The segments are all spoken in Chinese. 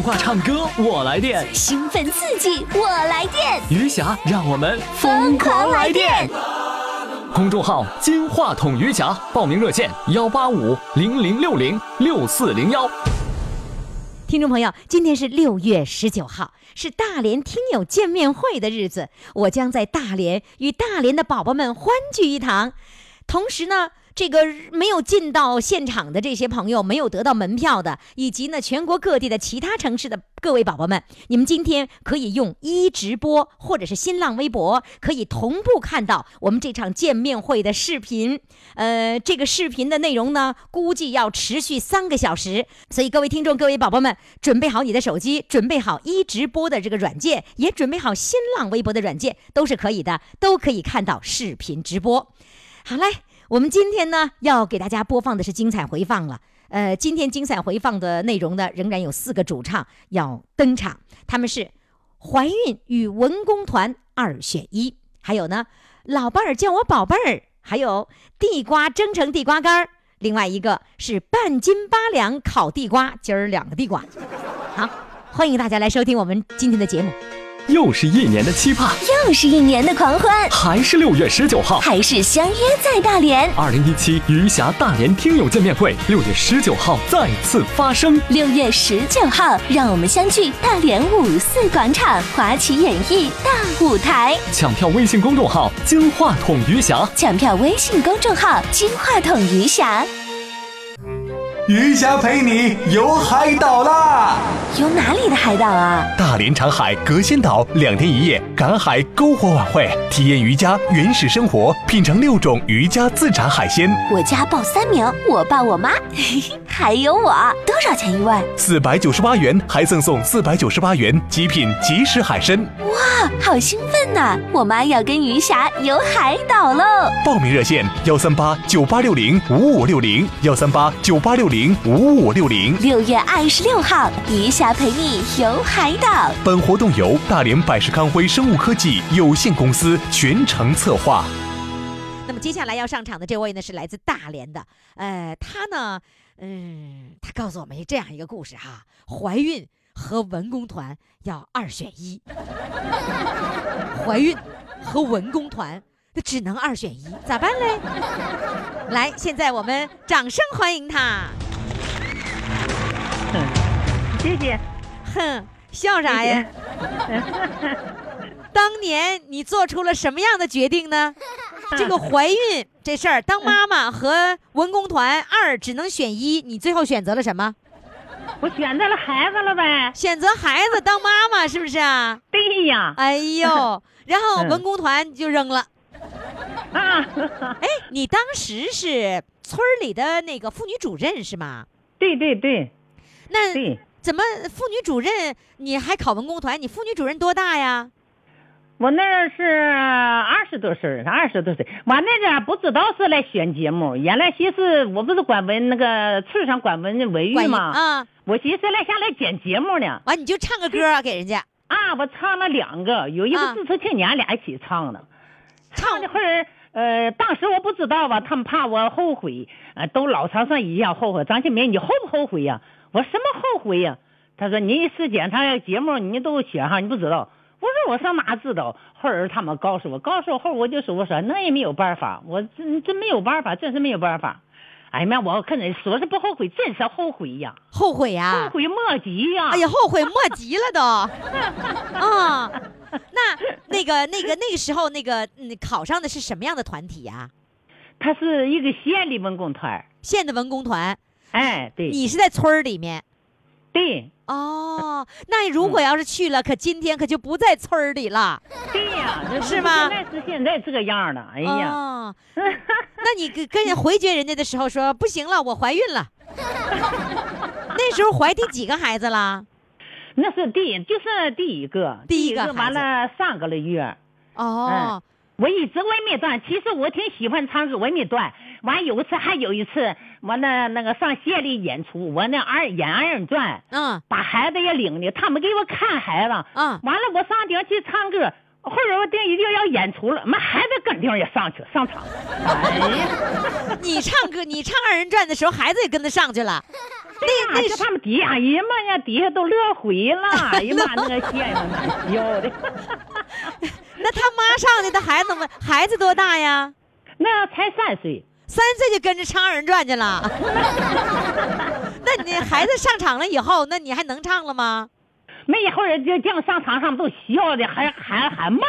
话唱歌我来电， 兴奋刺激我来电， 余霞让我们疯狂来电。公众号金话筒余霞，报名热线18500606401。 听众朋友，今天是6月19号，是大连听友见面会的日子，我将在大连与大连的宝宝们欢聚一堂。同时呢，这个没有进到现场的这些朋友，没有得到门票的，以及呢全国各地的其他城市的各位宝宝们，你们今天可以用直播或者是新浪微博，可以同步看到我们这场见面会的视频。这个视频的内容呢，估计要持续3个小时，所以各位听众、各位宝宝们，准备好你的手机，准备好直播的这个软件，也准备好新浪微博的软件，都是可以的，都可以看到视频直播。好嘞，我们今天呢要给大家播放的是精彩回放了。今天精彩回放的内容呢，仍然有4个主唱要登场，他们是怀孕与文工团2选1，还有呢老伴儿叫我宝贝儿，还有地瓜蒸成地瓜干，另外一个是半斤8两烤地瓜，今儿2个地瓜。好，欢迎大家来收听我们今天的节目。 又是一年的期盼， 又是一年的狂欢， 还是6月19号， 还是相约在大连。 2017余霞大连听友见面会6月19号再次发生。 6月19号，让我们相聚大连54广场华旗演艺大舞台。 抢票微信公众号金话筒余霞， 抢票微信公众号金话筒余霞。 余霞陪你游海岛啦！ 游哪里的海岛啊？ 大连长海隔仙岛2天1夜赶海篝火晚会，体验渔家原始生活，品尝6种渔家自产海鲜。 我家报3名，我爸、我妈，还有我。多少钱一位 ？498元，还赠送498元极品即食海参。 哇，好兴奋呐！我妈要跟余霞游海岛喽！ 报名热线13898605560，13898605560。 6月26号，余霞陪你游海岛。 本活动由大连百世康辉生物科技有限公司全程策划。 那么接下来要上场的这位呢，是来自大连的，他呢，他告诉我们这样一个故事哈，怀孕和文工团要2选1，怀孕和文工团那只能2选1，咋办嘞？来，现在我们掌声欢迎他。 谢谢。 哼，笑啥呀？当年你做出了什么样的决定呢？这个怀孕这事儿，当妈妈和文工团2只能选1，你最后选择了什么？ 我选择了孩子了呗。 选择孩子当妈妈是不是啊？ 对呀。 哎呦，然后文工团就扔了。哎，你当时是村里的那个妇女主任是吗？ 对对对。 那怎么妇女主任你还考文工团？你妇女主任多大呀？ 我那是20多岁，我那阵不知道是来选节目，原来寻思我不是管文那个村上管文育吗？啊，我寻思下来剪节目呢。 完你就唱个歌给人家啊？我唱了2个，有一个自持青年俩一起唱的，唱的会儿。当时我不知道吧，他们怕我后悔，都老常上一样后悔。张庆明，你后不后悔呀？我什么后悔呀？他说你是检查节目，你都选上，你不知道。我说我上哪知道？后来他们告诉我后我就说我说那也没有办法，我真没有办法，真是没有办法。哎呀妈，我看着说是不后悔，真是后悔呀！ 后悔呀！ 后悔莫及呀！ 哎呀，后悔莫及了都。啊，那个时候考上的是什么样的团体呀？ 他是一个县的文工团。 县的文工团。 哎，对。 你是在村里面。 对。 哦，那如果要是去了，今天可就不在村里了。 对呀， 是吗？ 现在这个样的，哎呀。 哦，那你跟人回绝人家的时候说不行了，我怀孕了。那时候怀第几个孩子了？ 那是第一个完了3个月。 哦。 我一直我也没断，其实我挺喜欢唱歌，我也没断。完还有一次，完了那个上县里演出，我那演2人转，把孩子也领的，他们给我看孩子，完了我上顶去唱歌，后来我一定要演出了，孩子跟顶也上场。哎呀， 你唱2人转的时候，孩子也跟着上去了。 那就他们底下人嘛呀，底下都乐毁了。哎呀妈，那个线嘛难笑的。 那他妈上的，他孩子多大呀？ 那才3岁 ，3岁就跟着唱二人转去了。那你孩子上场了以后，那你还能唱了吗？ 没一会儿就这样上场上都笑的，还喊妈。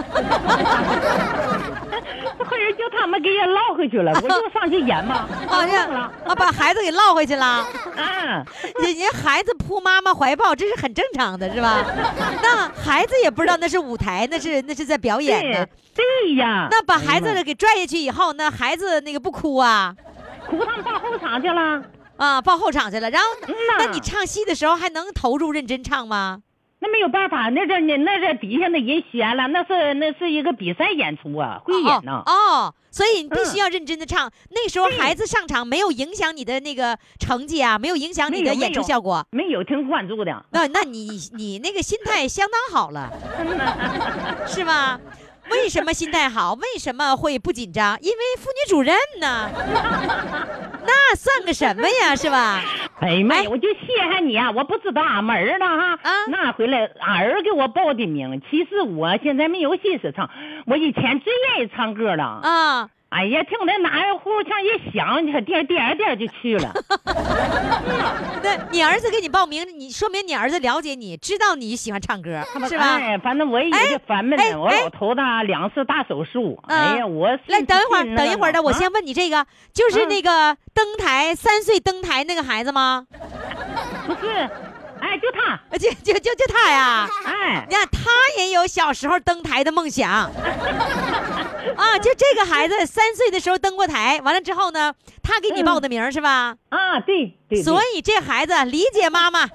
这会儿就他们给人捞回去了，我就上去演嘛。 把孩子给捞回去了。 嗯， 人孩子扑妈妈怀抱，这是很正常的，是吧？那孩子也不知道那是舞台，那是在表演的。 对呀。 那把孩子给拽下去以后，那孩子那个不哭啊？ 哭，他们到后场去了。 啊，报后场去了。然后，那你唱戏的时候还能投入认真唱吗？ 那没有办法，那这底下的人闲了，那是一个比赛演出啊，汇演呢。 所以你必须要认真的唱。那时候孩子上场没有影响你的那个成绩啊，没有影响你的演出效果。 没有，挺关注的。 那你那个心态相当好了，是吧？为什么心态好？为什么会不紧张？因为妇女主任呢，那算个什么呀，是吧？ 哎呀妈呀，我就谢谢你啊！我不知道俺们儿呢哈，那回来俺儿给我报的名。其实我现在没有心思唱，我以前最愿意唱歌了啊。哎呀，听那哪有呼腔一响，颠就去了。 那你儿子给你报名，你说明你儿子了解你，知道你喜欢唱歌，是吧？ 哎，反正我也就烦闷的，我老头子2次大手术。哎呀，我来等一会儿的，我先问你这个，就是那个登台3岁登台那个孩子吗？ 不是。哎，就他， 就他呀！ 哎， 你看他也有小时候登台的梦想啊！就这个孩子3岁的时候登过台，完了之后呢，他给你报的名是吧？ 啊，对。 所以这孩子理解妈妈。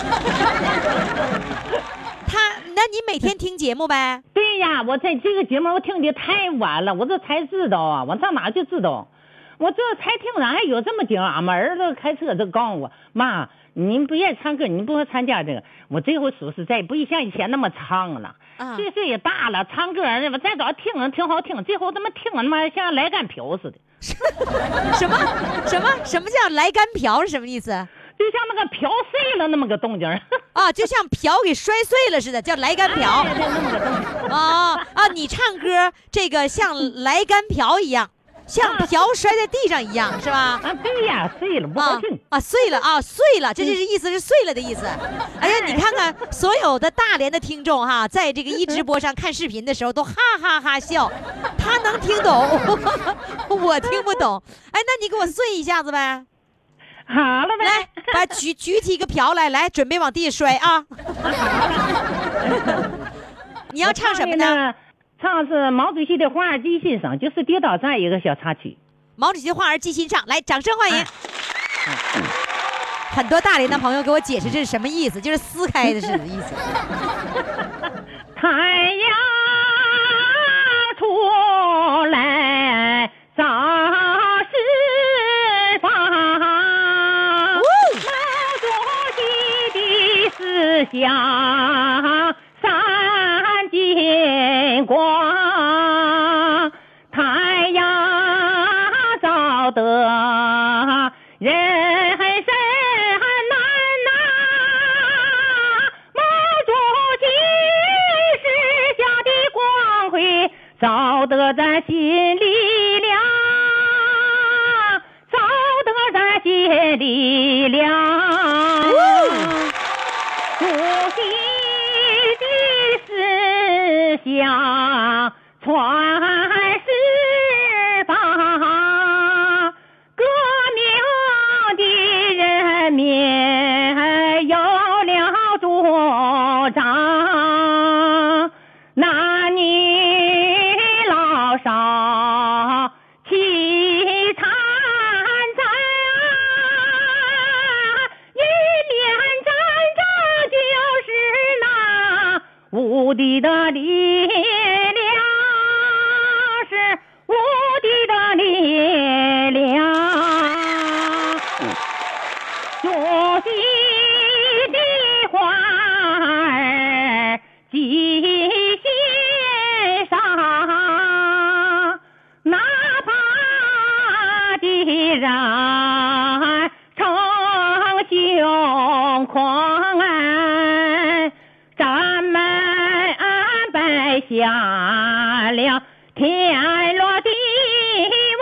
那你每天听节目呗？ 对呀，我在这个节目我听的太晚了，我这才知道啊，我上哪就知道，我这才听着还有这么景。俺们儿子开车就告诉我，妈。您不愿意唱歌，您不会参加这个。我这回说实在，不像以前那么唱了。岁也大了，唱歌我再早听挺好听，这回怎么听他妈像来干瓢似的？ 什么叫来干瓢是什么意思？ 就像那个瓢碎了那么个动静就像瓢给摔碎了似的，叫来干瓢。你唱歌这个像来干瓢一样。像瓢摔在地上一样，是吧？ 对呀，碎了不高兴碎了，这就是意思是碎了的意思。哎呀，你看看所有的大连的听众哈，在这个一直播上看视频的时候都哈哈哈笑，他能听懂，我听不懂。哎，那你给我碎一下子呗。 好了呗， 来，把举起一个瓢来，准备往地下摔啊。你要唱什么呢？ 唱是毛主席的花儿记心上，就是跌倒站一个小插曲。 毛主席的花儿记心上，来，掌声欢迎。很多大连的朋友给我解释这是什么意思，就是撕开的是的意思。 太阳出来照四方，毛主席的思想金光，太阳照得人生难呐，毛主席思想的光辉照得咱心力量，照得咱心力量。主席想传四方，革命的人民有了主张，男女老少齐参战，一面战争就是那无敌的力量，是无敌的力量。主席的花儿记心上，哪怕敌人城狂哎，咱们摆下了天罗地网，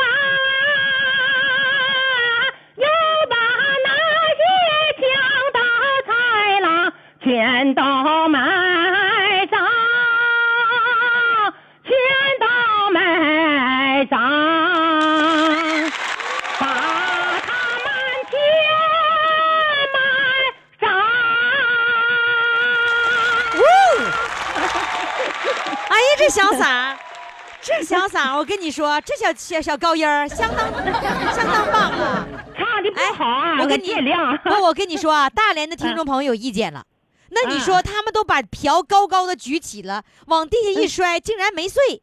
又把那些强盗豺狼全都埋葬，全都埋葬，把他们全埋葬。 哎呀，这小嗓儿，这小嗓儿，我跟你说，这小高音儿相当棒啊！ 唱的不好啊， 我跟你见谅。 我跟你说啊，大连的听众朋友有意见了。那你说他们都把瓢高高的举起了，往地下一摔，竟然没碎。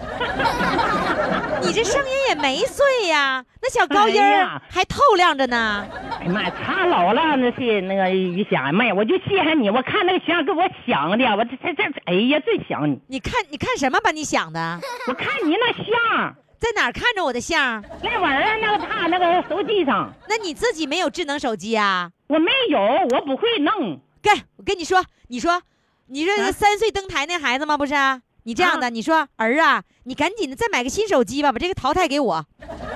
你这声音也没碎呀，那小高音儿还透亮着呢。 哎呀妈呀，唱老了那是那个于霞，妈呀，我就谢谢你，我看那个响给我响的，我这，哎呀，最想你。 你看什么把你想的？ 我看你那像， 在哪儿看着我的像？ 那玩意儿那个他那个手机上。 那你自己没有智能手机啊？ 我没有，我不会弄。 我跟你说，你这3岁登台那孩子吗？不是啊，你这样的，你说儿啊，你赶紧的再买个新手机吧，把这个淘汰给我，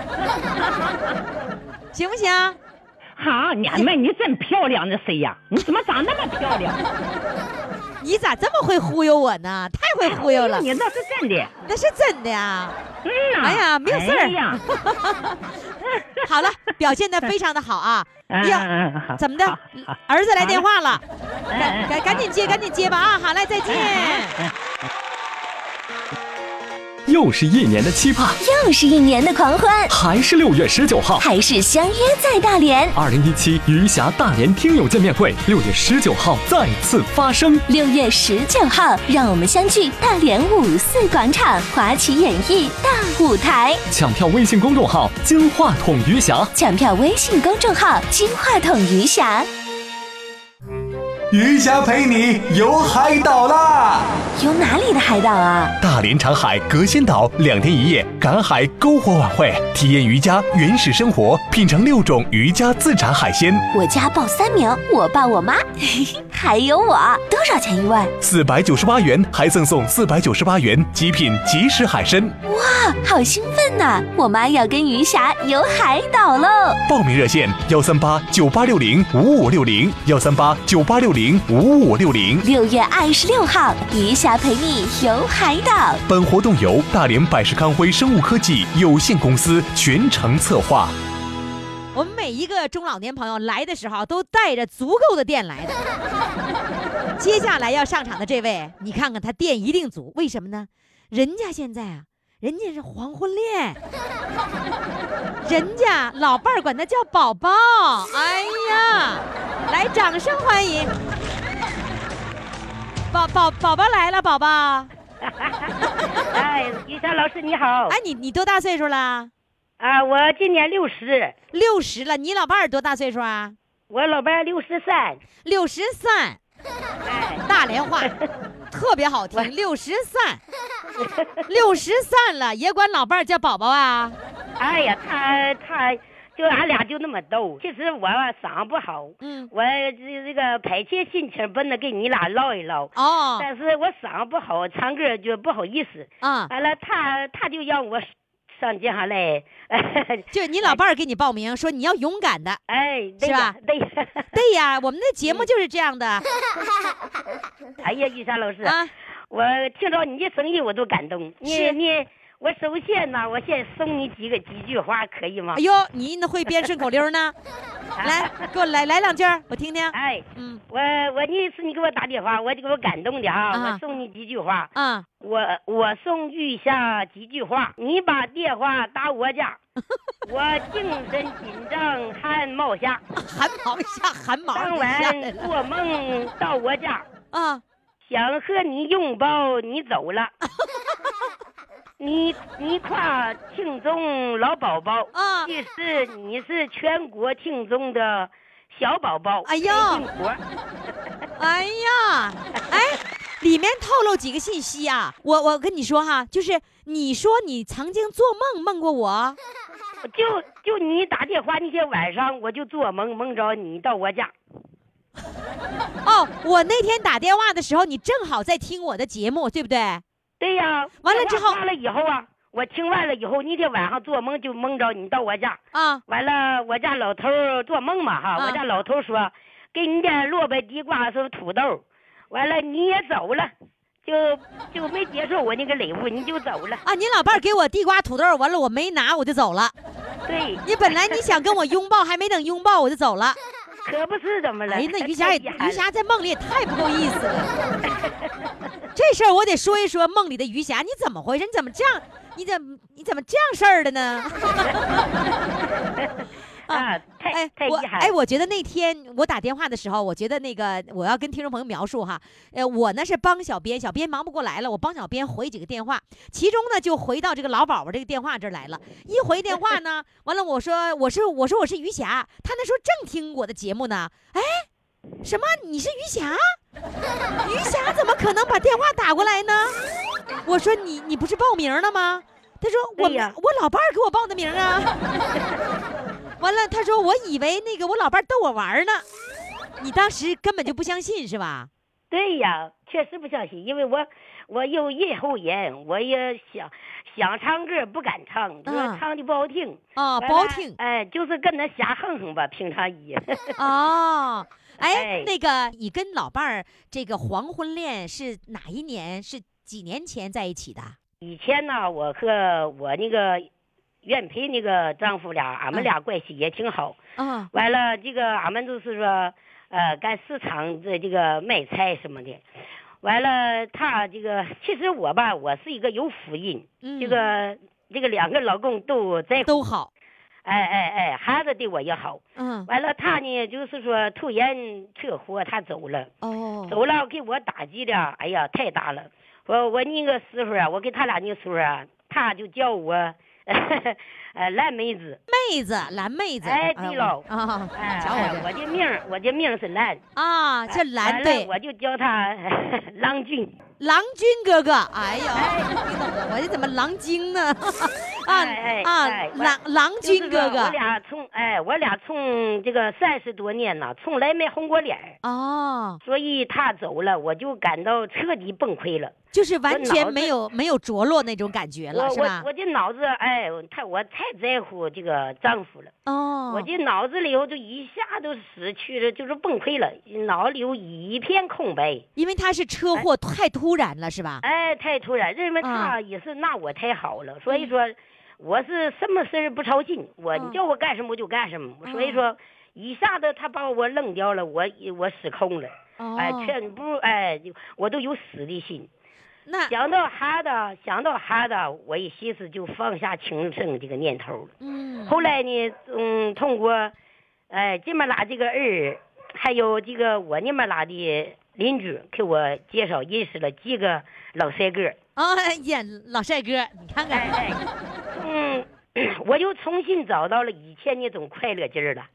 行不行？ 好，娘们，你真漂亮，这谁呀？你怎么长那么漂亮？ 你咋这么会忽悠我呢？太会忽悠了！ 你那是真的， 那是真的呀。哎呀，没有事儿。 哎呀， 好了，表现得非常的好啊。 呀， 怎么的？儿子来电话了，赶紧接吧啊！好嘞，再见。 又是一年的期盼， 又是一年的狂欢， 还是6月19号， 还是相约在大连。 2017余霞大连听友见面会6月19号再次发生。 6月19号，让我们相聚大连54广场华旗演艺大舞台。 抢票微信公众号金话筒余霞， 抢票微信公众号金话筒余霞。 余霞陪你游海岛啦！ 游哪里的海岛啊？ 大连长海隔仙岛2天1夜赶海篝火晚会，体验渔家原始生活，品尝6种渔家自产海鲜。 我家报3名，我爸我妈，还有我。多少钱一位 ？498元，还赠送498元极品即食海参。 哇，好兴奋呐！我妈要跟余霞游海岛喽！ 报名热线13898605560，13898605560。 6月26号，余霞陪你游海岛。 本活动由大连百世康辉生物科技有限公司全程策划。 我们每一个中老年朋友来的时候都带着足够的电来的。接下来要上场的这位，你看看他电一定足，为什么呢？人家现在啊，人家是黄昏恋，人家老伴儿管他叫宝宝。哎呀，来，掌声欢迎！宝宝来了，宝宝。 哎，于霞老师你好。 哎，你多大岁数了？ 啊，我今年60。 60了，你老伴儿多大岁数啊？ 我老伴63。 63。哎，大连话特别好听。63了，也管老伴儿叫宝宝啊？ 哎呀，他就俺俩就那么逗。其实我嗓不好，我这个迫切心情奔着跟你俩唠一唠。 哦， 但是我嗓不好，唱歌就不好意思。 啊， 完了他就让我上街上来。 就你老伴儿给你报名说你要勇敢的， 哎， 是吧？对呀，我们的节目就是这样的。 哎呀，玉霞老师啊， 我听到你的声音我都感动。我首先呢，我先送你几句话，可以吗？ 哎呦，你那会编顺口溜呢？来，给我来2句，我听听。 哎，我那次你给我打电话，我就给我感动的哈。我送你几句话。我送玉霞几句话，你把电话打我家，我精神紧张汗毛下， 汗毛。 当晚做梦到我家啊， 想和你拥抱，你走了。你夸听众老宝宝啊，其实你是全国听众的小宝宝。 哎呀，哎呀，哎，里面透露几个信息啊！我跟你说哈，就是你说你曾经做梦过我， 就你打电话那天晚上，我就做梦着你到我家。 哦，我那天打电话的时候，你正好在听我的节目，对不对？ 对呀。 完了之后， 完了以后啊，我听完了以后，那天晚上做梦就梦着你到我家啊。 完了，我家老头做梦嘛哈，我家老头说给你点萝卜、地瓜是土豆，完了你也走了。就没接受我那个礼物，你就走了啊！你老伴给我地瓜土豆，完了我没拿，我就走了。 对， 你本来你想跟我拥抱，还没等拥抱我就走了， 可不是怎么了？ 哎，那于霞在梦里也太不够意思了。这事儿我得说一说，梦里的于霞，你怎么回事？你怎么这样？你怎么这样事儿的呢？ 太厉害！ 我觉得那天我打电话的时候，我觉得那个我要跟听众朋友描述哈，我呢是帮小编忙不过来了，我帮小编回几个电话，其中呢就回到这个老宝宝这个电话这儿来了。一回电话呢，完了我说我是于霞，他那时候正听我的节目呢，哎，什么你是于霞？于霞怎么可能把电话打过来呢？我说你不是报名了吗？他说我老伴儿给我报的名啊。完了，他说我以为那个我老伴逗我玩呢，你当时根本就不相信是吧？ 对呀，确实不相信，因为我有咽喉炎，我也想唱歌不敢唱，就是唱的不好听啊，不好听， 哎，就是跟他瞎哼哼吧，平常一。 哦，哎，那个你跟老伴儿这个黄昏恋是哪一年？是几年前在一起的？ 以前呢，我和我那个原配那个丈夫俩，俺们俩关系也挺好。完了，这个俺们就是说，干市场的这个卖菜什么的。完了，他这个其实我吧，我是一个有福音，这个两个老公都在乎， 都好。 孩子对我也好。完了，他呢就是说突然车祸，他走了。走了给我打击的，哎呀，太大了。我那个时候啊，我给他俩那个时候啊，他就叫我蓝妹子， 蓝妹子。 哎，对了， 瞧我的名是蓝啊，这蓝对， 我就叫他郎君哥哥。哎呀，我这怎么郎君呢？郎君哥哥。 我俩从这个30多年呢，从来没红过脸。所以他走了，我就感到彻底崩溃了。 就是完全没有着落那种感觉了，是吧？ 我的脑子，我太在乎这个丈夫了。我的脑子里头就一下都失去了，就是崩溃了，脑里有一片空白。 因为他是车祸太突然了，是吧？ 太突然，认为他也是拿我太好了，所以说我是什么事不操心，你叫我干什么我就干什么。所以说一下子他把我扔掉了，我失控了。全部我都有死的心。想到孩子，我一心思就放下轻生这个念头了。后来呢，通过这么拉这个儿，还有这个我那么拉的邻居给我介绍认识了几个老帅哥。 老帅哥，你看看。 我就重新找到了以前那种快乐劲儿了。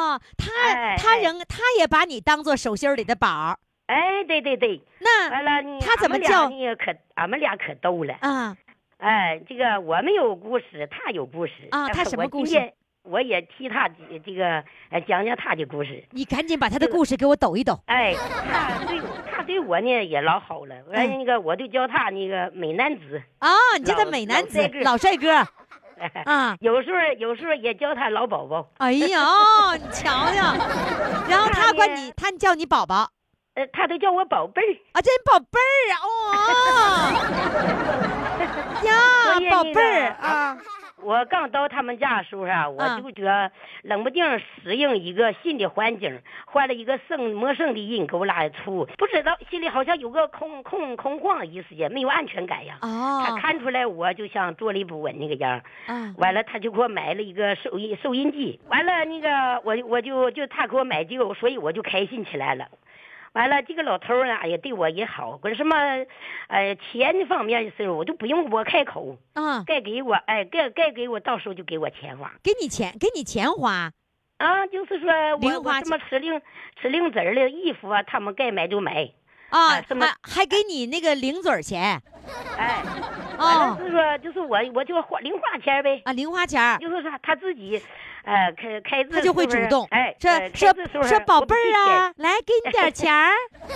他也把你当做手心里的宝。 对。 那完了， 他怎么叫？ 俺们俩可逗了啊！ 这个我们有故事，他有故事啊。他什么故事？ 我也替他这个讲讲他的故事。 你赶紧把他的故事给我抖一抖。 他对我呢也老好了。那个我就叫他那个美男子啊，你叫他美男子，老帅哥。 有时候也叫他老宝宝。 哎呦，你瞧瞧，然后他叫你宝宝。 他都叫我宝贝儿啊，真宝贝儿啊！呀，宝贝儿啊！ 我刚到他们家的时候啊，我就觉得冷不丁适应一个新的环境，换了一个陌生的人给我拉出，不知道心里好像有个空旷的意思也没有安全感呀。他看出来我就像坐立不稳那个样。完了他就给我买了一个收音机，完了那个我就他给我买这个，所以我就开心起来了。完了，这个老头呢，哎呀，对我也好。可是什么，钱方面的事我就不用我开口该给我，该给我，到时候就给我钱花。 给你钱花就是说我什么吃零子的衣服啊，他们该买就买什么还给你那个零嘴钱。 完了是说就是我就零花钱呗。 零花钱。 就是说他自己开字他就会主动， 哎， 说宝贝儿啊，来给你点钱儿。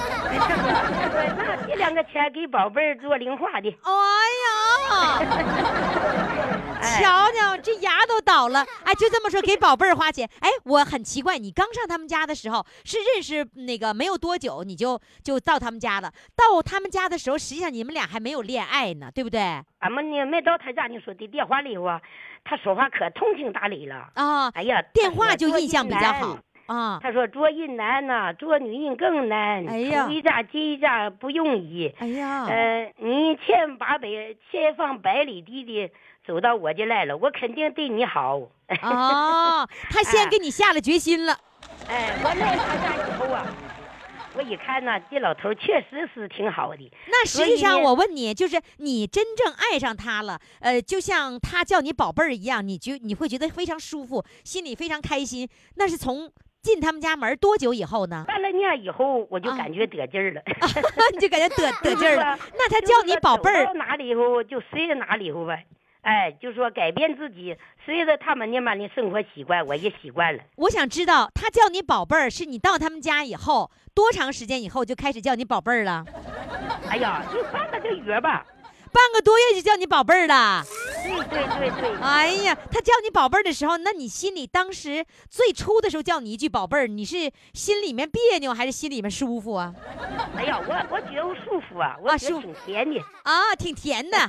那这2个钱给宝贝儿做零花的。 哎呀，瞧瞧这牙都倒了，哎，就这么说给宝贝儿花钱。哎，我很奇怪，你刚上他们家的时候是认识那个没有多久，你就到他们家了。到他们家的时候，实际上你们俩还没有恋爱呢，对不对？ 俺们呢没到他家，你说的电话里啊，他说话可通情达理了啊。 哎呀， 电话就印象比较好啊。 他说做人难呐，做女人更难。 哎呀， 出一家进一家不容易。 哎呀， 你千方百里的走到我家来了，我肯定对你好。 哦，他先给你下了决心了。 哎，我来他家以后啊。我一看呢，这老头确实是挺好的。 那实际上，我问你，就是你真正爱上他了，就像他叫你宝贝儿一样，你会觉得非常舒服，心里非常开心。那是从进他们家门多久以后呢？ 半了年以后，我就感觉得劲儿了， 你就感觉得劲儿了。那他叫你宝贝儿， 到哪里以后就随着哪里以后呗。哎，就说改变自己，随着他们那边的生活习惯，我也习惯了。 我想知道，他叫你宝贝儿，是你到他们家以后多长时间以后就开始叫你宝贝儿了？ 哎呀，就半个多月吧。 半个多月就叫你宝贝儿了。 对。 哎呀，他叫你宝贝儿的时候，那你心里当时最初的时候叫你一句宝贝儿，你是心里面别扭还是心里面舒服啊？ 哎呀，我觉得我舒服啊，我觉得挺甜的啊，挺甜的。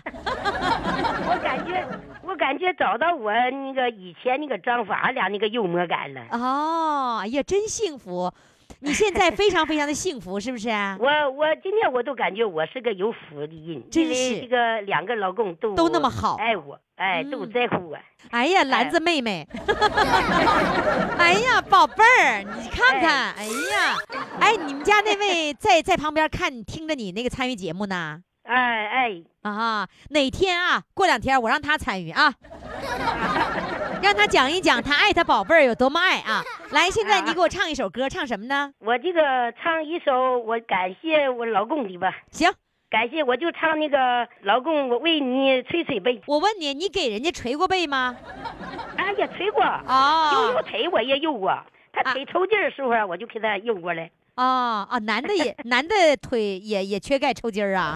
我感觉找到我那个以前那个丈夫，俺俩那个幽默感了。 哦，哎呀，真幸福。你现在非常非常的幸福，是不是啊？ 我今天我都感觉我是个有福的人， 真是因为这个2个老公都那么好， 爱我，哎，都在乎我。 哎呀，兰子妹妹，哎呀，宝贝儿，你看看，哎呀，哎，你们家那位在旁边听着你那个参与节目呢？ 哎啊，哪天啊，过2天我让他参与啊。让他讲一讲他爱他宝贝儿有多么爱啊！来，现在你给我唱一首歌，唱什么呢？ 我这个唱一首我感谢我老公的吧。 行， 感谢我就唱那个老公，我为你捶捶背。 我问你，你给人家捶过背吗？ 哎呀，捶过啊，有捶我也有过。他腿抽筋的时候啊，我就给他用过来。 男的腿也缺钙抽筋儿啊。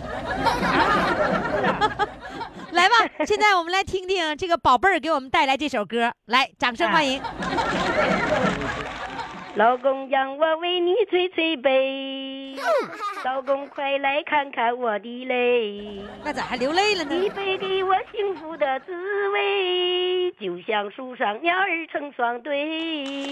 来吧，现在我们来听听这个宝贝儿给我们带来这首歌，来，掌声欢迎。 老公让我为你捶捶背，老公快来看看我的泪。 那咋还流泪了呢？ 你背给我幸福的滋味，就像树上鸟儿成双对。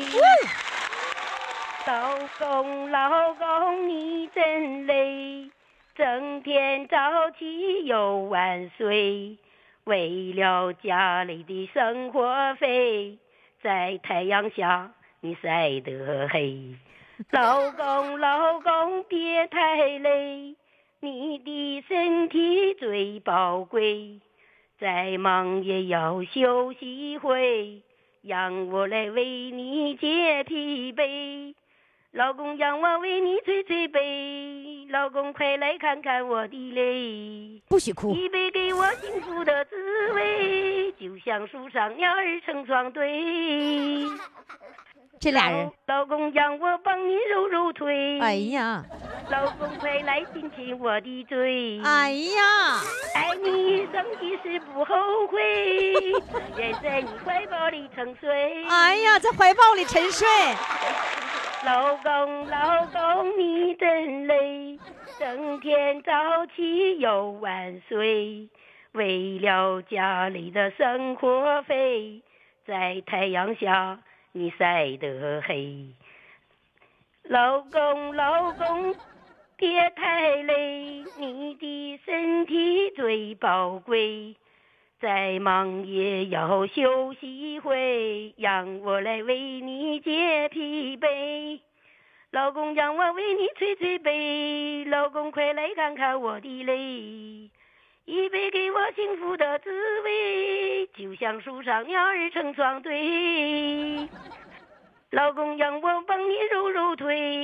老公你真累，整天早起又晚睡，为了家里的生活费，在太阳下你晒得黑。老公别太累，你的身体最宝贵，再忙也要休息会，让我来为你解疲惫。老公让我为你捶捶背，老公快来看看我的泪。 不许哭。 一杯给我幸福的滋味，就像树上鸟儿成双对。 这俩人。 老公让我帮你揉揉腿。 哎呀。 老公快来亲亲我的嘴。 哎呀。 爱你一生一世不后悔，只愿在你怀抱里沉睡。 哎呀，在怀抱里沉睡。 老公你真累，整天早起又晚睡，为了家里的生活费，在太阳下你晒得黑。老公别太累，你的身体最宝贵，再忙也要休息会，让我来为你解疲惫。老公让我为你捶捶背，老公快来看看我的泪。一杯给我幸福的滋味，就像树上鸟儿成双对。老公让我帮你揉揉腿，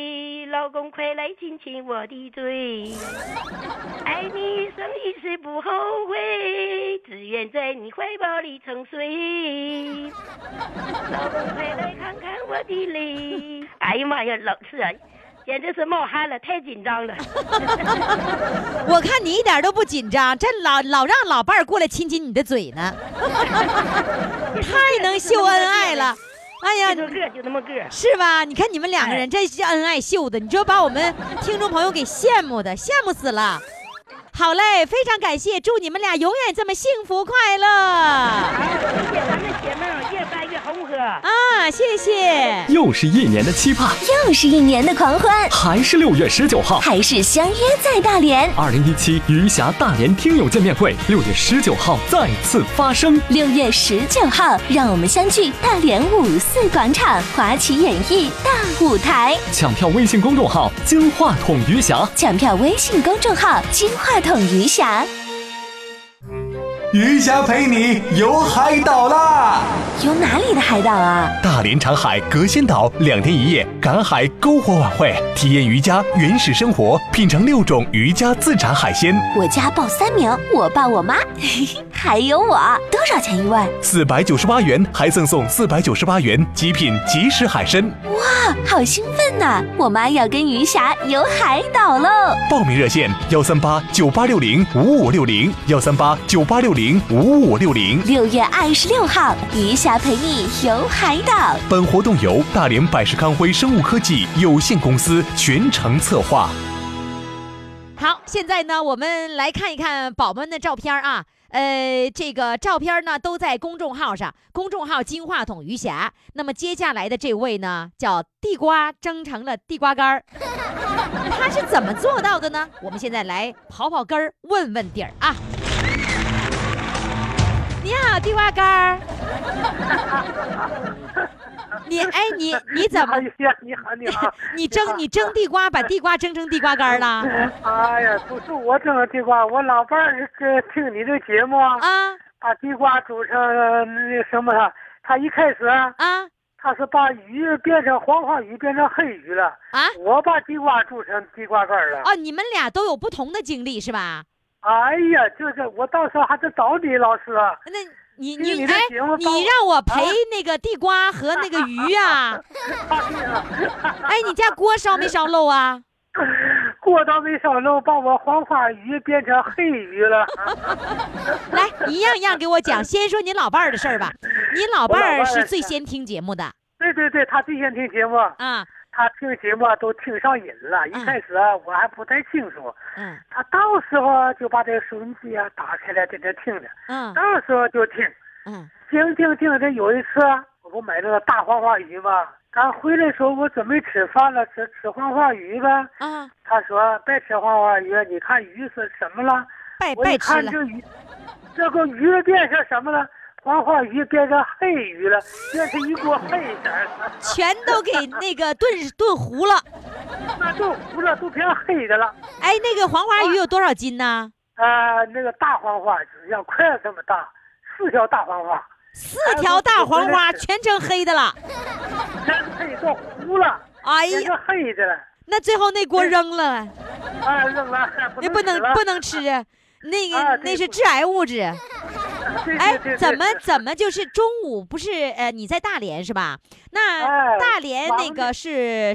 老公快来亲亲我的嘴，爱你一生一世不后悔，只愿在你怀抱里沉睡。老公快来看看我的泪。哎呀妈呀，老是啊，简直是冒汗了，太紧张了。 我看你一点都不紧张，这老让老伴儿过来亲亲你的嘴呢，太能秀恩爱了。哎呀， 就那么个， 是吧？你看你们两个人这恩爱秀的，你就把我们听众朋友给羡慕死了。好嘞，非常感谢，祝你们俩永远这么幸福快乐。 谢谢咱们姐妹越办越红火啊！谢谢。 又是一年的期盼， 又是一年的狂欢， 还是6月19号， 还是相约在大连。 2017余霞大连听友见面会6月19号再次发生。 6月19号，让我们相聚大连54广场华旗演艺大舞台。 抢票微信公众号金话筒余霞， 抢票微信公众号金话筒余霞。 余霞陪你游海岛啦！ 游哪里的海岛啊？ 大连长海隔仙岛2天1夜赶海篝火晚会，体验渔家原始生活，品尝6种渔家自产海鲜。 我家报3名，我爸我妈，还有我。多少钱一位 ？498元，还赠送498元极品即食海参。 哇，好兴奋呐！我妈要跟余霞游海岛喽！ 报名热线13898605560，13898605560。 6月26号，余霞陪你游海岛。 本活动由大连百世康辉生物科技有限公司全程策划。 好，现在呢，我们来看一看宝宝们的照片啊。这个照片呢都在公众号上，公众号金话筒余霞。那么接下来的这位呢，叫地瓜蒸成了地瓜干儿，他是怎么做到的呢？我们现在来刨根儿，问问底儿啊。你好，地瓜干儿。你怎么？ 你好。 你蒸地瓜，把地瓜蒸成地瓜干了？ 哎呀，不是我蒸的地瓜，我老伴儿是听你的节目啊，把地瓜煮成那什么了。他一开始他是把鱼变成黄花鱼变成黑鱼了啊，我把地瓜煮成地瓜干了。 哦，你们俩都有不同的经历是吧？ 哎呀，就是我到时候还得找你老师。 那你让我陪那个地瓜和那个鱼啊？哎，你家锅烧没烧漏啊？ 锅倒没烧漏，把我黄花鱼变成黑鱼了。 来，一样一样给我讲。先说你老伴儿的事儿吧。你老伴儿是最先听节目的。 对，他最先听节目啊。他听节目都听上瘾了。一开始我还不太清楚。他到时候就把这个收音机打开来在这听着。到时候就听。听着，有一次我不买那个大黄花鱼吗？刚回来的时候我准备吃饭了，吃黄花鱼吧。他说别吃黄花鱼，你看鱼是什么了？我一看这鱼，这个鱼变成什么了？黄花鱼变成黑鱼了，变成一锅黑色， 全都给那个炖糊了。 那炖糊了，都变黑的了。 哎，那个黄花鱼有多少斤呢？ 那个大黄花只像筷子这么大，4条大黄花 ，4条大黄花全成黑的了， 全黑都糊了。哎呀，变成黑的了。 那最后那锅扔了。 扔了， 也不能吃，那是致癌物质。哎，怎么就是中午不是你在大连是吧？那大连那个是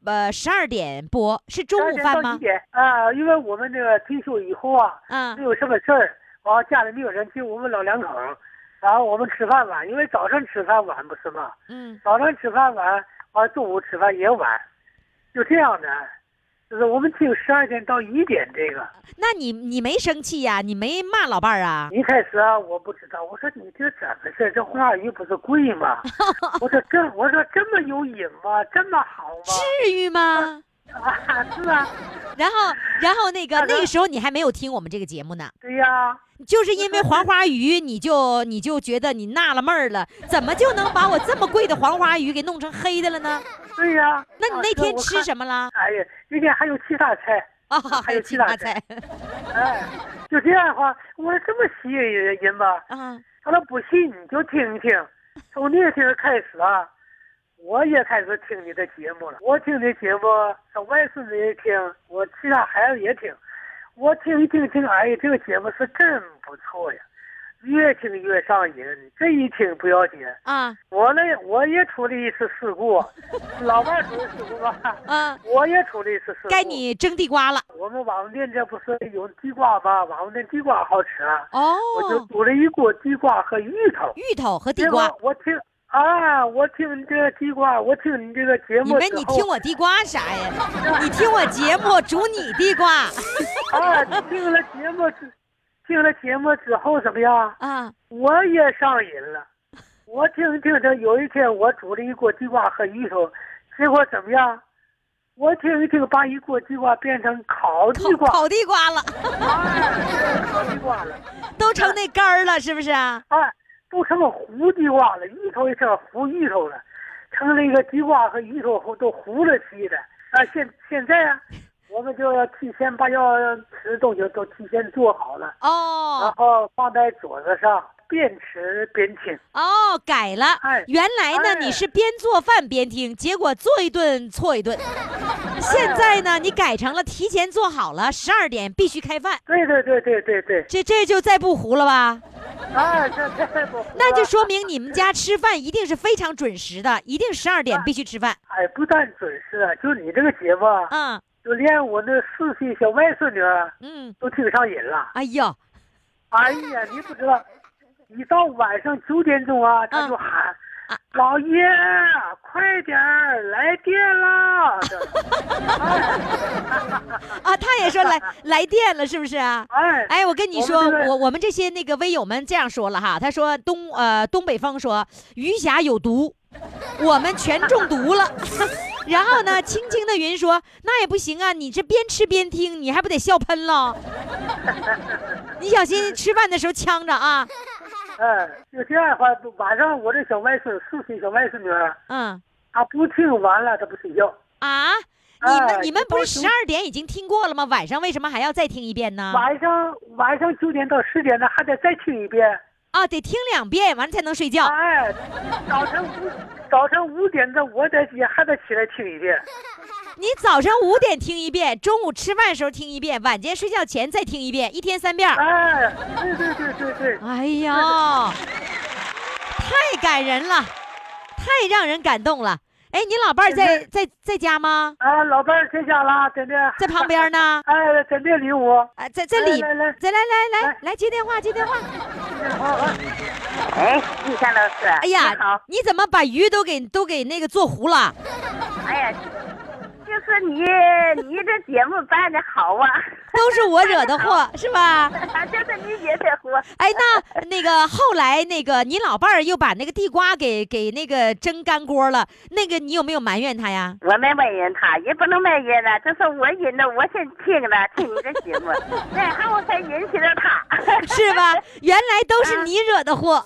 12点播，是中午饭吗？ 因为我们这个退休以后没有什么事儿，然后家里没有人，就我们老两口，然后我们吃饭晚，因为早上吃饭晚不是吗？早上吃饭晚，完中午吃饭也晚，就这样的。就是我们听12点到1点这个。 那你没生气呀？你没骂老伴儿啊？ 一开始我不知道，我说你这怎么事？这黄花鱼不是贵吗？我说这么有瘾吗？这么好吗？ 至于吗？ 是啊。 然后那个时候你还没有听我们这个节目呢。 对呀。 就是因为黄花鱼，你就觉得你纳了闷儿了，怎么就能把我这么贵的黄花鱼给弄成黑的了呢？ 对呀。 那你那天吃什么了？ 哎呀，那天还有其他菜还有其他菜。 哎，就这样的话，我说这么吸引人吧？他说不信你就听一听，从那天开始我也开始听你的节目了。我听你节目，上外孙子也听，我其他孩子也听。我听一听，哎呀，这个节目是真不错呀，越听越上瘾。这一听不要紧啊！我也出了一次事故，老伴出的事故吧？我也出了一次事故。 该你蒸地瓜了。 我们网店这不是有地瓜吗？网店地瓜好吃啊！ 哦， 我就煮了一锅地瓜和芋头和地瓜。 我听你这个地瓜，我听你这个节目。 你听我地瓜啥呀？你听我节目煮你地瓜。 听了节目之后怎么样啊？我也上瘾了。我听着，有一天我煮了一锅地瓜和芋头，结果怎么样？我听一听，把一锅地瓜变成烤地瓜， 烤地瓜了。 烤地瓜了， 都成那干儿了，是不是啊？ 都成了糊地瓜了，芋头也成了糊芋头了，成了一个地瓜和芋头都糊了起的。现在啊，我们就要提前把要吃的东西都提前做好了然后放在桌子上，边吃边听。 改了。原来呢，你是边做饭边听，结果做一顿错一顿。现在呢，你改成了提前做好了，12点必须开饭。 对。 这就再不糊了吧？ 这再不糊了。 那就说明你们家吃饭一定是非常准时的，一定12点必须吃饭。 不但准时，就你这个节目，就连我那4岁小外孙女，都听上瘾了。 哎呀， 你不知道，一到晚上9点钟啊，他就喊。老爷，快点来电了！ 他也说来电了，是不是啊？我跟你说，我们这些那个微友们这样说了哈，他说东北风说余霞有毒，我们全中毒了。然后呢，轻轻的云说那也不行啊，你这边吃边听，你还不得笑喷了？你小心吃饭的时候呛着啊。 就这样的话，晚上我这小外孙4岁小外孙女，她不听完了，她不睡觉啊。你们不是12点已经听过了吗？晚上为什么还要再听一遍呢？ 晚上9点到10点呢，还得再听一遍得听2遍，完了才能睡觉。 早晨5点的我也还得起来听一遍。 你早上5点听一遍，中午吃饭的时候听一遍，晚间睡觉前再听一遍，一天3遍。 对。 哎呀，太感人了，太让人感动了。你老伴儿在家吗？ 老伴儿在家了， 在旁边呢。 在这里我。 在里。来接电话。 玉霞老师。 哎呀，你怎么把鱼都给那个做糊了？ 哎呀。就是你这节目办的好啊， 都是我惹的祸是吧？ 就是你惹的祸。 那个后来那个你老伴儿又把那个地瓜给那个蒸干锅了，那个你有没有埋怨他呀？ 我没埋怨他，也不能埋怨了，这是我引的，我先听你的节目，然后我才引起了他， 是吧？原来都是你惹的祸。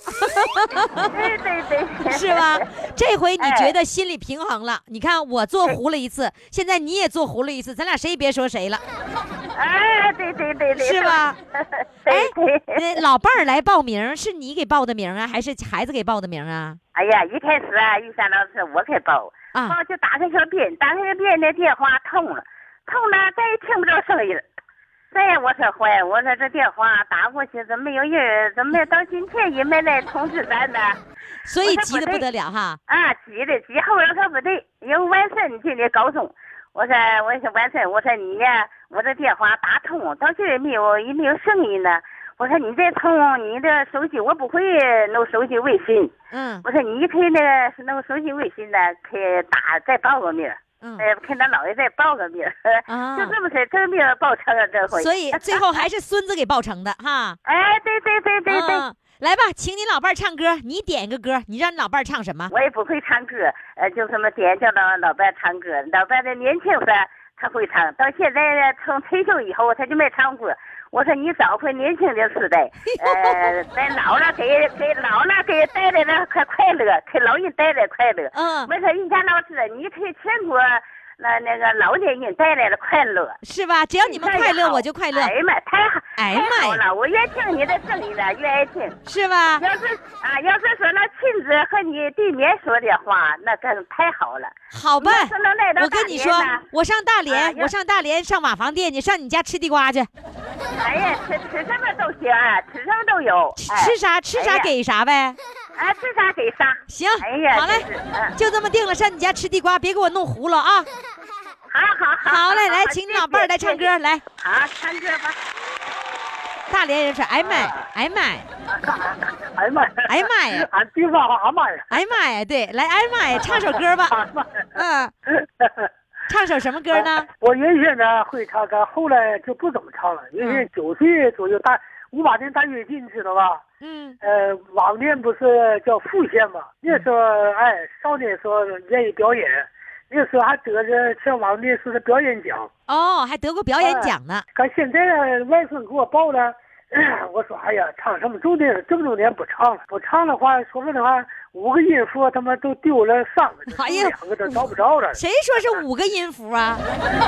对， 是吧？这回你觉得心里平衡了？你看我做糊了一次。现在你也做糊了一次，咱俩谁也别说谁了。 对， 是吧？老伴儿来报名，是你给报的名啊，还是孩子给报的名啊？ 哎呀，一开始啊，玉霞老师我给报就打开个遍，那电话通了，再也听不着声音了。我说坏，我说这电话打过去怎么没有人，怎么到今天也没来通知咱呢？ 所以急得不得了哈！ 急后来说不对，有完事你今天高中。我说完事，我说你呀，我这电话打通，到现在也没有声音呢。我说你再通你的手机，我不会弄手机微信。我说你可以弄手机微信呢，可以再报个名。看咱姥爷再报个名，就这么事，这名报成了这回。 所以最后还是孙子给报成的哈。 对。 来吧，请你老伴儿唱歌，你点一个歌，你让你老伴儿唱什么？ 我也不会唱歌，就这么点叫老伴儿唱歌。老伴儿的年轻时他会唱，到现在呢，从退休以后他就没唱过。我说你找回年轻的时代，在老了给带来了快乐，给老人带来快乐。我说玉霞老师，你可以全国那个老年人带来的快乐， 是吧？只要你们快乐，我就快乐。 哎呀妈，太好， 哎呀妈了！我越听你的声音了，越爱听， 是吧？ 要是说那亲自和你对面说的话，那更太好了。 好吧，我跟你说，我上大连上瓦房店，你上你家吃地瓜去。 哎呀，吃什么都行，吃什么都有。 吃啥给啥呗。 吃啥给啥。 行，哎呀，好嘞，就这么定了，上你家吃地瓜，别给我弄糊了啊。好嘞，来，请你老伴儿来唱歌，来。 好，唱歌吧。 大连人说：“哎妈，哎妈， 哎妈， 哎妈呀！ 俺地方阿妈呀， 哎妈呀！对，来，哎妈呀，唱首歌吧。唱首什么歌呢？ 我原先呢会唱歌，后来就不怎么唱了。因为9岁左右58年大跃进，知道吧？往年不是叫复县嘛？那时候少年时候愿意表演。”那时候还得着像往年说的表演奖哦，还得过表演奖呢。 可现在外甥给我报了，我说哎呀，唱什么重点不唱了，不唱的话，说的话5个音符他妈都丢了3个，2个都找不着了。 谁说是5个音符啊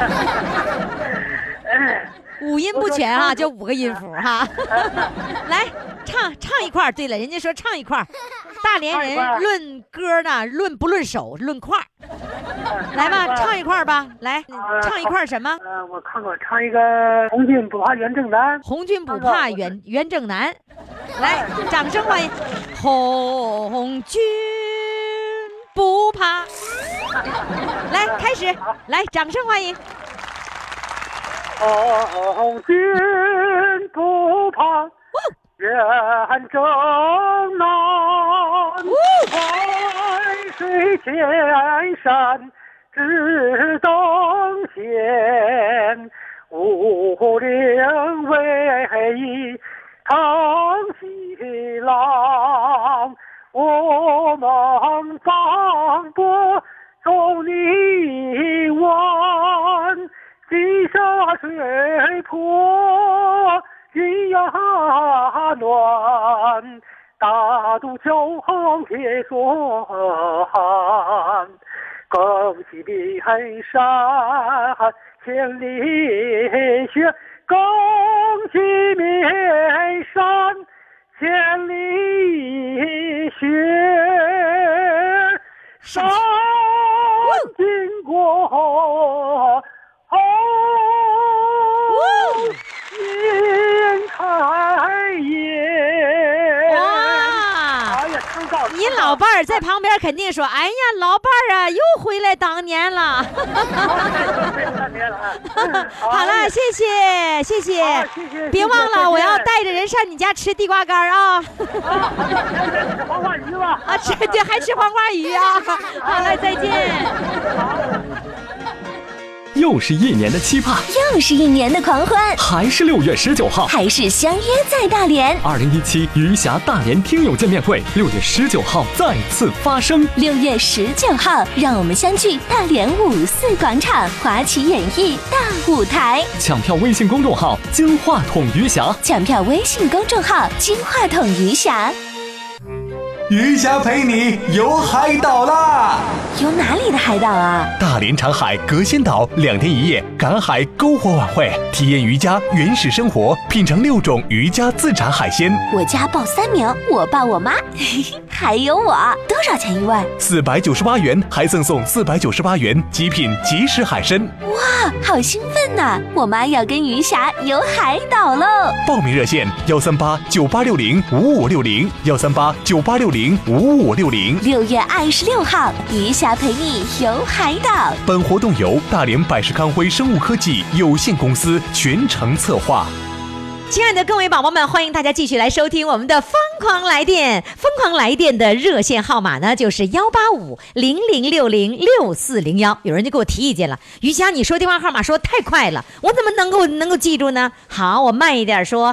？5音不全啊，就5个音符哈。来唱一块。对了，人家说唱一块。大连人论歌呢，不论手，论块。来吧，唱一块吧。来，唱一块什么？ 我看看，唱一个红军不怕远征难。 红军不怕远征难。来，掌声欢迎红军不怕。来，开始，来，掌声欢迎。 红军不怕远征难，淮水千山只等闲，五岭逶迤腾西浪，我们放拨中泥湾，地下水泊阴阳暖，大渡桥横铁索寒，恭喜碧海山千里雪，恭喜绵山千里雪，山经过你老伴儿在旁边肯定说：“哎呀，老伴儿啊，又回来当年了。”好了，谢谢，别忘了我要带着人上你家吃地瓜干啊！ 吃黄花鱼吧？ 对，还吃黄花鱼啊！好了，再见。 又是一年的期盼， 又是一年的狂欢， 还是6月19号， 还是相约在大连。 2017余霞大连听友见面会6月19号再次发生。 6月19号，让我们相聚大连54广场华旗演艺大舞台。 抢票微信公众号金话筒余霞， 抢票微信公众号金话筒余霞。 余霞陪你游海岛啦！ 游哪里的海岛啊？ 大连长海隔仙岛2天1夜赶海篝火晚会，体验渔家原始生活，品尝6种渔家自产海鲜。 我家报3名，我爸、我妈，还有我。多少钱一位 ？498元，还赠送498元极品即食海参。 哇，好兴奋呐！我妈要跟余霞游海岛喽！ 报名热线13898605560，13898605560。6 月26号，余霞陪你游海岛。 本活动由大连百世康辉生物科技有限公司全程策划。 亲爱的各位宝宝们，欢迎大家继续来收听我们的疯狂来电。疯狂来电的热线号码呢，就是18500606401。有人就给我提意见了，余霞，你说电话号码说太快了，我怎么能够记住呢？好，我慢一点说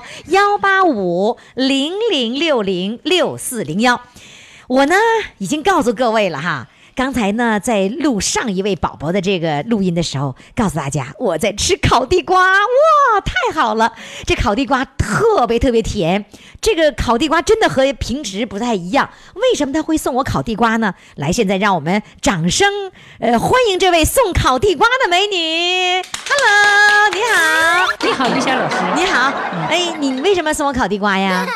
，18500606401。我呢已经告诉各位了哈。 刚才呢，在录上一位宝宝的这个录音的时候，告诉大家我在吃烤地瓜，哇，太好了！这烤地瓜特别特别甜，这个烤地瓜真的和平时不太一样。为什么他会送我烤地瓜呢？来，现在让我们掌声欢迎这位送烤地瓜的美女。Hello， 你好， 你好，玉霞老师， 你好。哎，你为什么送我烤地瓜呀？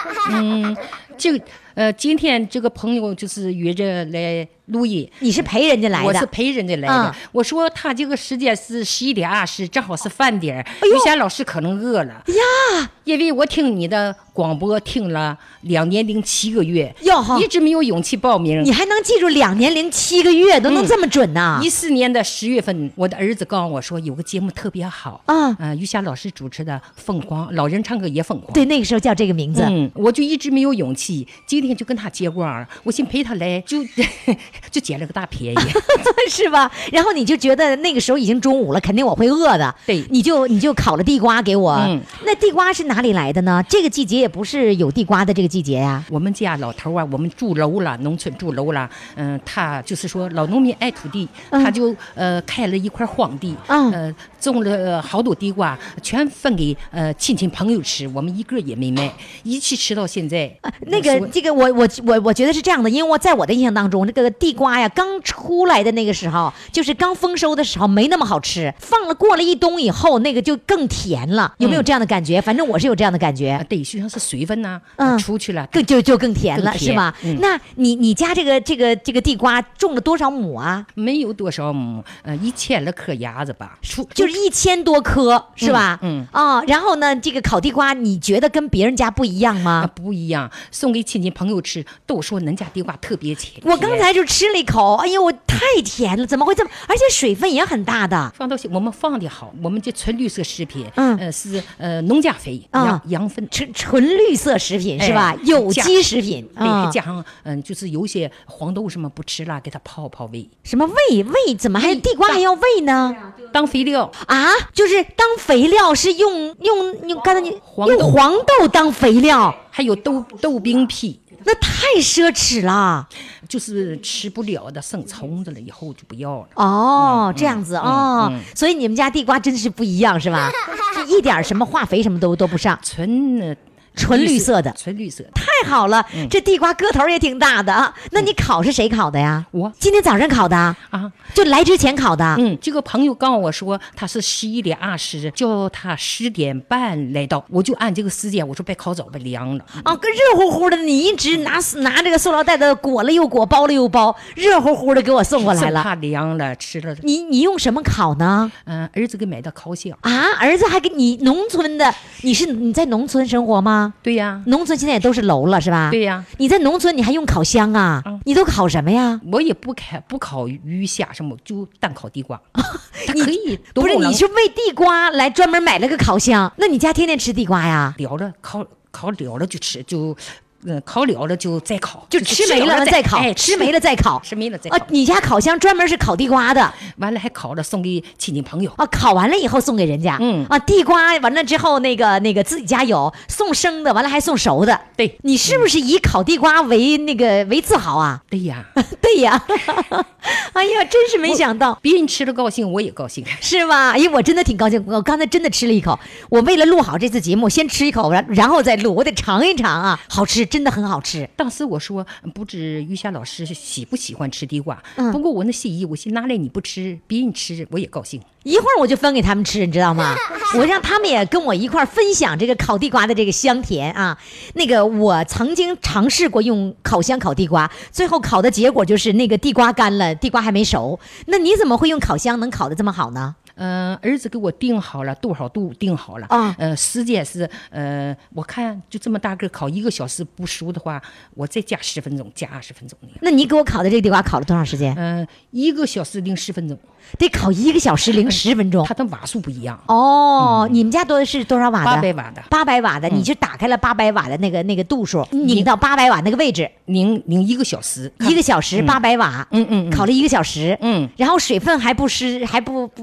今天这个朋友就是约着来录音。 你是陪人家来的？ 我是陪人家来的。我说他这个时间是11点20，正好是饭点。玉霞老师可能饿了呀， 因为我听你的广播听了2年07个月，一直没有勇气报名。 你还能记住2年07个月，都能这么准呢 ？14年的10月份，我的儿子告诉我说有个节目特别好玉霞老师主持的《凤凰》，老人唱歌也疯狂。 对，那个时候叫这个名字。 我就一直没有勇气，今天就跟他接光，我寻陪他来，就捡了个大便宜， 是吧？然后你就觉得那个时候已经中午了，肯定我会饿的。 对， 你就烤了地瓜给我。那地瓜是哪里来的呢？这个季节也不是有地瓜的这个季节呀。 我们家老头我们住楼了，农村住楼了。他就是说老农民爱土地，他就开了一块荒地，种了好多地瓜，全分给亲戚朋友吃，我们一个也没卖，一起吃到现在。 这个我觉得是这样的，因为在我的印象当中，这个地瓜呀刚出来的那个时候，就是刚丰收的时候没那么好吃，过了一冬以后，那个就更甜了。有没有这样的感觉？反正我是有这样的感觉。 对，就像是水分呐，出去了就更甜了，是吧？那你家这个地瓜种了多少亩啊？ 没有多少亩，1000来颗芽子吧， 就是1000多颗，是吧？然后呢，这个烤地瓜，你觉得跟别人家不一样吗？ 不一样，送给亲戚朋友吃，都说恁家地瓜特别甜。 我刚才就吃了一口，哎呦，我太甜了，怎么会这么？而且水分也很大的。 我们放的好，我们这纯绿色食品，是农家肥，羊粪， 纯绿色食品是吧？有机食品， 对，加上就是有些黄豆什么不吃了，给它泡喂。 什么喂？怎么还地瓜还要喂呢？ 当肥料啊？就是当肥料是用刚才你用黄豆当肥料， 还有豆冰皮。 那太奢侈了， 就是吃不了的，生虫子了以后就不要了。 这样子所以你们家地瓜真是不一样是吧？是一点什么化肥什么都不上，纯绿色的， 纯绿色， 太好了！这地瓜个头也挺大的啊。那你烤是谁烤的呀？ 我今天早上烤的啊，就来之前烤的。 这个朋友告诉我说他是11点20，叫他10点半来到，我就按这个时间，我说别烤早别凉了跟热乎乎的，你一直拿这个塑料袋的裹了又裹，包了又包，热乎乎的给我送过来了。 怕凉了吃了。 你用什么烤呢？ 儿子给买的烤箱儿子还给你农村的，你在农村生活吗？ 对呀， 农村现在也都是楼了是吧？ 对呀， 你在农村你还用烤箱啊？你都烤什么呀？ 我也不烤鱼虾什么，就单烤地瓜。它可以不是你是为地瓜来专门买了个烤箱？那你家天天吃地瓜呀？ 了烤了了就吃就。烤了了就再烤， 就吃没了再烤，吃没了再烤， 吃没了再烤。 你家烤箱专门是烤地瓜的， 完了还烤了送给亲戚朋友烤完了以后送给人家。地瓜完了之后那个自己家有送生的，完了还送熟的。 对， 你是不是以烤地瓜为自豪啊？ 对呀， 对呀。哎呀，真是没想到， 别人吃了高兴，我也高兴， 是吧？哎，我真的挺高兴，我刚才真的吃了一口。我为了录好这次节目，先吃一口，然后再录，我得尝一尝啊，好吃。真的很好吃。 当时我说不知玉霞老师喜不喜欢吃地瓜，不过我那心意，我寻拿来你不吃，别人吃我也高兴。 一会儿我就分给他们吃，你知道吗？我让他们也跟我一块分享这个烤地瓜的这个香甜啊。那个我曾经尝试过用烤箱烤地瓜，最后烤的结果就是那个地瓜干了，地瓜还没熟。那你怎么会用烤箱能烤得这么好呢？ 儿子给我定好了多少度，定好了时间是我看就这么大个，烤1个小时不熟的话，我再加10分钟，加20分钟。 那你给我烤的这个地瓜烤了多长时间 ？1个小时零10分钟。 得烤1个小时零10分钟。 它的瓦数不一样你们家是多少瓦的 ？800瓦的。 800瓦的，你就打开了800瓦的那个度数，拧到800瓦那个位置， 拧1个小时 ，1个小时800瓦，烤了1个小时，然后水分还不湿，还不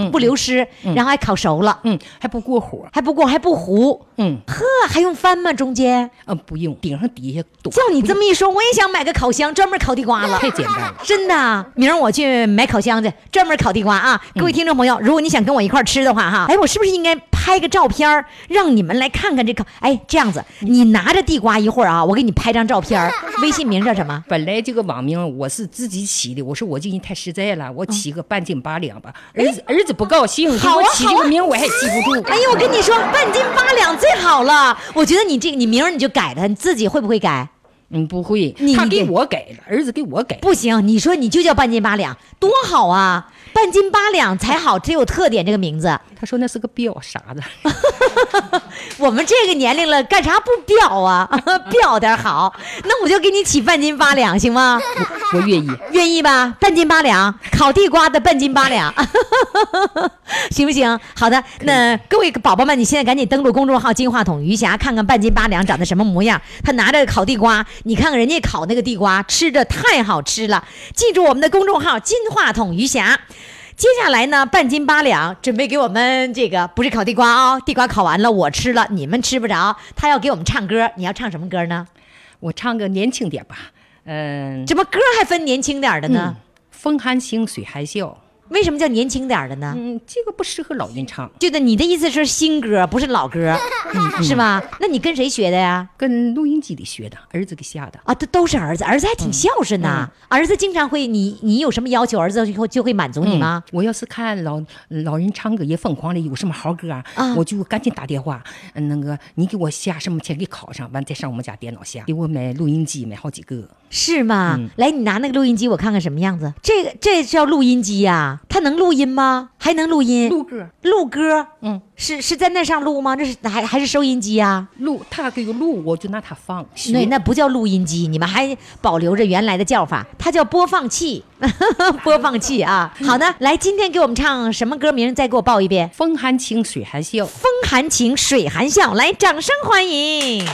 不流湿，然后还烤熟了， 还不过火， 还不糊，呵，还用翻吗？中间？ 不用，顶上底下堵。 叫你这么一说，我也想买个烤箱，专门烤地瓜了。 太简单了， 真的。明儿我去买烤箱去，专门烤地瓜啊！各位听众朋友，如果你想跟我一块吃的话哈，我是不是应该拍个照片，让你们来看看这烤？这样子，你拿着地瓜一会儿啊，我给你拍张照片。微信名叫什么？ 本来这个网名我是自己起的，我说我这人太实在了，我起个半斤八两吧。儿子不高兴，给我起这个名我还记不住。 我跟你说，半斤八两最好了。我觉得你明儿你就改它，你自己会不会改？ 不会，他给我改了，儿子给我改。 不行，你说你就叫半斤八两，多好啊！半斤八两才好，只有特点这个名字。 他说那是个表啥的。 我们这个年龄了，干啥不表啊？表点好，那我就给你起半斤八两，行吗？ 我愿意， 愿意吧？半斤八两，烤地瓜的半斤八两，行不行？好的，那各位宝宝们，你现在赶紧登录公众号“金话筒余霞”，看看半斤八两长得什么模样。他拿着烤地瓜，你看看人家烤那个地瓜，吃着太好吃了。记住我们的公众号“金话筒余霞”。接下来呢，半斤八两准备给我们这个不是烤地瓜啊，地瓜烤完了我吃了，你们吃不着。他要给我们唱歌，你要唱什么歌呢？ 我唱个年轻点吧。 怎么歌还分年轻点的呢？ 风寒清，水寒笑。 为什么叫年轻点的呢？ 这个不适合老人唱。 就你的意思是新歌，不是老歌，是吧？那你跟谁学的呀？ 跟录音机里学的，儿子给下的啊。都是儿子，儿子还挺孝顺呐。儿子经常会你有什么要求，儿子就会满足你吗？ 我要是看老人唱歌也疯狂的，有什么好歌我就赶紧打电话，那个你给我下什么钱给拷上，完再上我们家电脑下，给我买录音机，买好几个。 是吗？来，你拿那个录音机，我看看什么样子。这叫录音机呀？它能录音吗？还能录音？录歌。是在那上录吗？这是还是收音机啊？ 他给我录，我就拿它放。 对，那不叫录音机，你们还保留着原来的叫法，它叫播放器。播放器啊。好的，来，今天给我们唱什么歌名？再给我报一遍。 风寒清，水寒笑。 风寒情，水寒笑。来，掌声欢迎。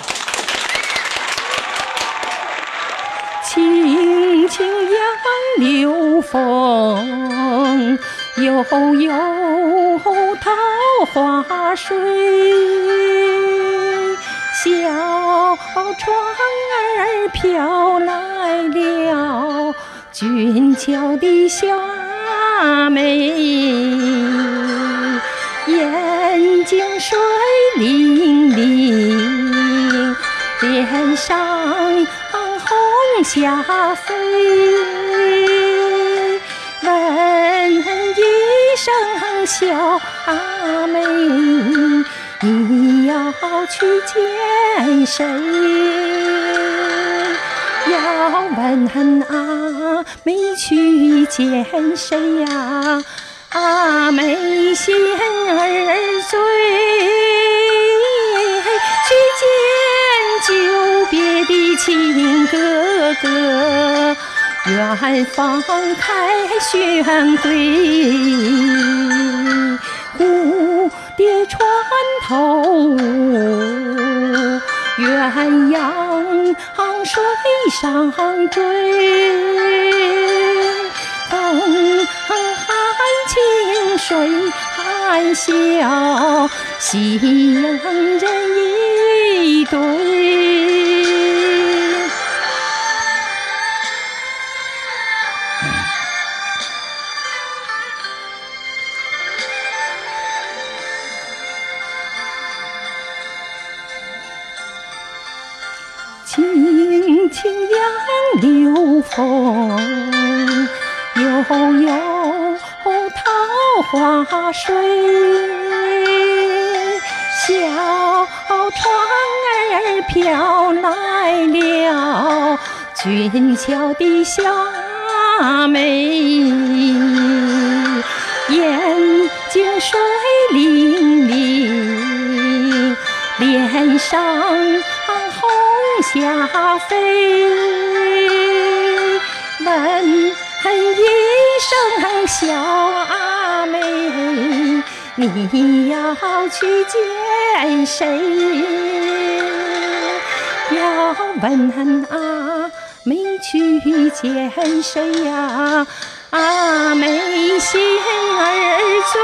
轻轻杨柳风，悠悠桃花水。小船儿飘来了俊俏的小阿妹，眼睛水灵灵，脸上霞飞，问一声小阿妹，你要去见谁？要问阿妹去见谁呀？阿妹心儿醉，去见久别的亲哥哥，远方开轩归，蝴蝶船头，鸳鸯水上追，风寒清，水寒笑，夕阳人一对。轻轻杨柳风，悠悠桃花水。小船儿飘来了俊俏的小阿妹，眼睛水灵灵，脸上霞飞，问一声小阿妹，你要去见谁？要问阿妹去见谁呀？ 眉心儿醉，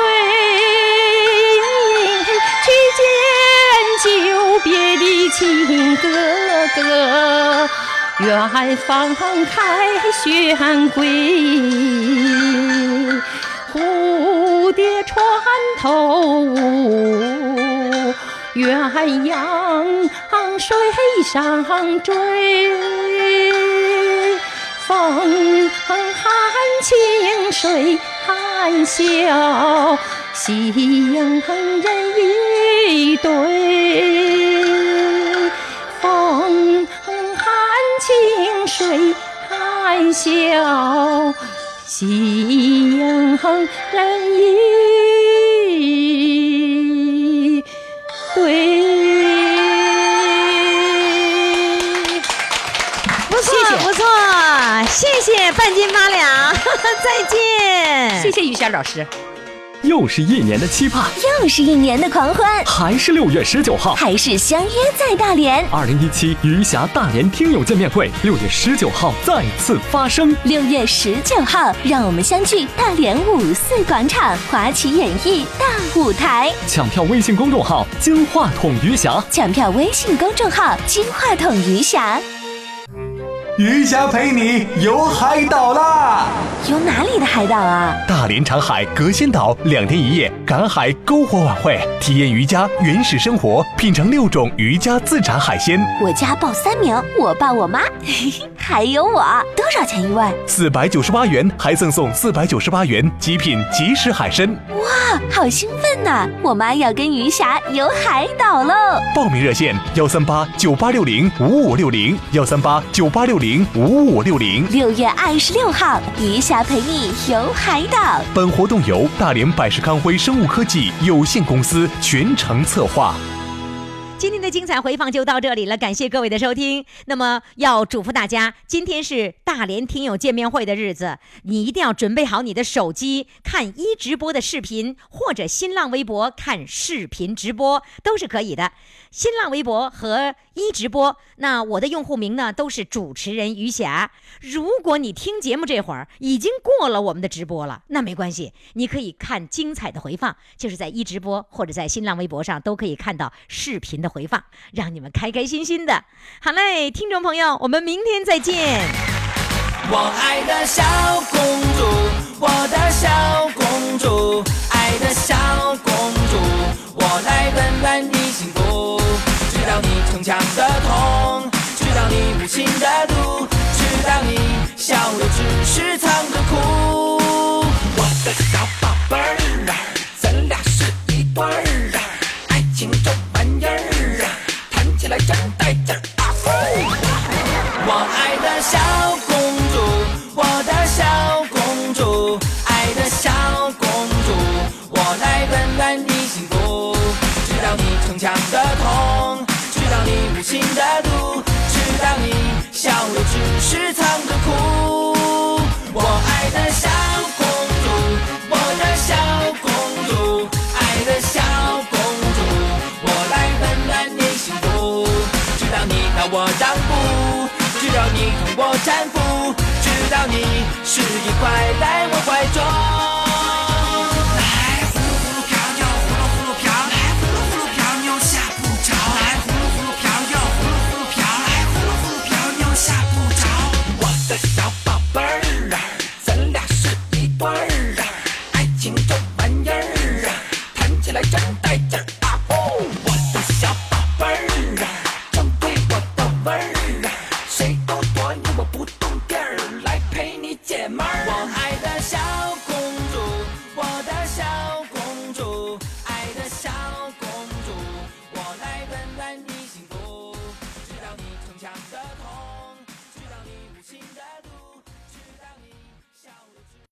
去见久别的亲哥哥，远方凯旋归，蝴蝶穿透雾，鸳鸯水上追，风含清水含笑，夕阳人一对，风含清水含笑，夕阳人一对。 不错，谢谢半斤八两，再见。 谢谢于霞老师。 又是一年的期盼， 又是一年的狂欢， 还是6月19号， 还是相约在大连。 2017余霞大连听友见面会6月19号再次发生。 6月19号，让我们相聚大连54广场华旗演艺大舞台。 抢票微信公众号金话筒余霞， 抢票微信公众号金话筒余霞。 余霞陪你游海岛啦！ 游哪里的海岛啊？ 大连长海隔仙岛2天1夜赶海篝火晚会，体验渔家原始生活，品尝6种渔家自产海鲜。 我家报3名，我爸我妈，还有我。多少钱一位 ？498元，还赠送498元极品即食海参。 哇，好兴奋呐！我妈要跟余霞游海岛喽！ 报名热线13898605560，13898605560。6 月26号，余霞陪你游海岛。 本活动由大连百世康辉生物科技有限公司全程策划。 今天的精彩回放就到这里了，感谢各位的收听。那么要嘱咐大家，今天是大连听友见面会的日子，你一定要准备好你的手机，看一直播的视频，或者新浪微博看视频直播都是可以的。新浪微博和一直播，那我的用户名呢都是主持人余霞。如果你听节目这会儿已经过了我们的直播了，那没关系，你可以看精彩的回放，就是在一直播或者在新浪微博上都可以看到视频的回放，让你们开开心心的。好嘞，听众朋友，我们明天再见。 我爱的小公主，我的小公主，爱的小公主，我来温暖你幸福，知道你逞强的痛，知道你无情的毒，知道你笑的只是藏着哭。我的小宝贝儿，咱俩是一对儿，爱情这玩意儿，谈起来真带劲儿啊！我爱的小公主，我的小公主，爱的小公主，我来温暖你幸福，知道你逞强的痛，知道你无情的毒，知道你笑的只是藏着哭。我爱的小公主，我的小公主，爱的小公主，我来温暖你幸福，知道你让我让步，知道你同我搀扶，知道你是一块在我怀中。